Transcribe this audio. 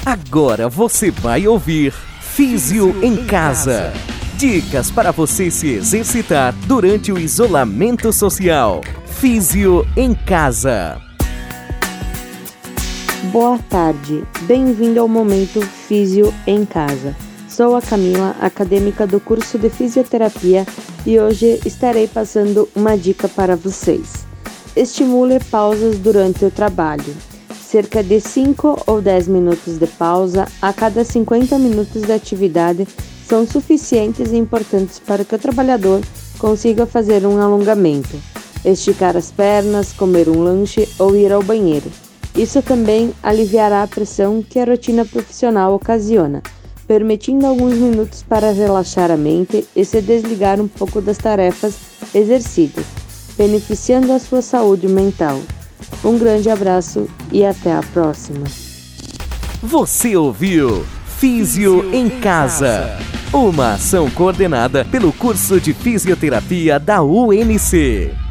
Agora você vai ouvir Físio em Casa. Dicas para você se exercitar durante o isolamento social. Físio em Casa. Boa tarde, bem-vindo ao Momento Físio em Casa. Sou a Camila, acadêmica do curso de Fisioterapia, e hoje estarei passando uma dica para vocês. Estimule pausas durante o trabalho. Cerca de 5 ou 10 minutos de pausa a cada 50 minutos de atividade são suficientes e importantes para que o trabalhador consiga fazer um alongamento, esticar as pernas, comer um lanche ou ir ao banheiro. Isso também aliviará a pressão que a rotina profissional ocasiona, permitindo alguns minutos para relaxar a mente e se desligar um pouco das tarefas exercidas, beneficiando a sua saúde mental. Um grande abraço e até a próxima. Você ouviu Físio em Casa, uma ação coordenada pelo curso de Fisioterapia da UNC.